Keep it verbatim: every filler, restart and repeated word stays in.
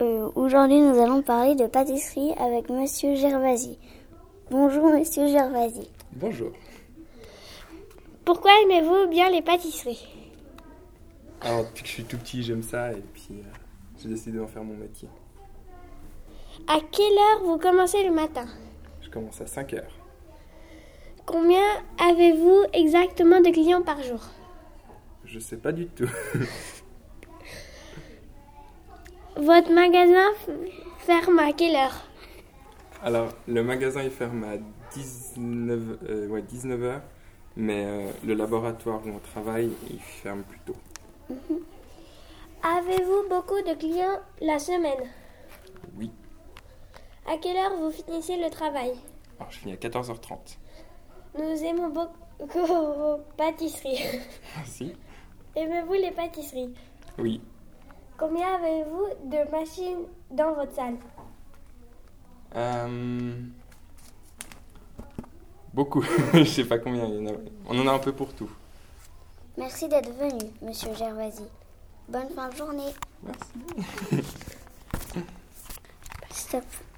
Euh, aujourd'hui, nous allons parler de pâtisserie avec Monsieur Gervasi. Bonjour, Monsieur Gervasi. Bonjour. Pourquoi aimez-vous bien les pâtisseries? Alors, depuis que je suis tout petit, j'aime ça et puis euh, j'ai décidé d'en faire mon métier. À quelle heure vous commencez le matin? Je commence à cinq heures. Combien avez-vous exactement de clients par jour? Je sais pas du tout. Votre magasin ferme à quelle heure? Alors, le magasin il ferme à dix-neuf, euh, ouais, dix-neuf heures, mais euh, le laboratoire où on travaille, il ferme plus tôt. Mmh. Avez-vous beaucoup de clients la semaine? Oui. À quelle heure vous finissez le travail? Alors, je finis à quatorze heures trente. Nous aimons beaucoup vos pâtisseries. Merci. Aimez-vous les pâtisseries? Oui. Combien avez-vous de machines dans votre salle? Euh... Beaucoup. Je sais pas combien il y en a. On en a un peu pour tout. Merci d'être venu, Monsieur Gervasi. Bonne fin de journée. Merci. Stop.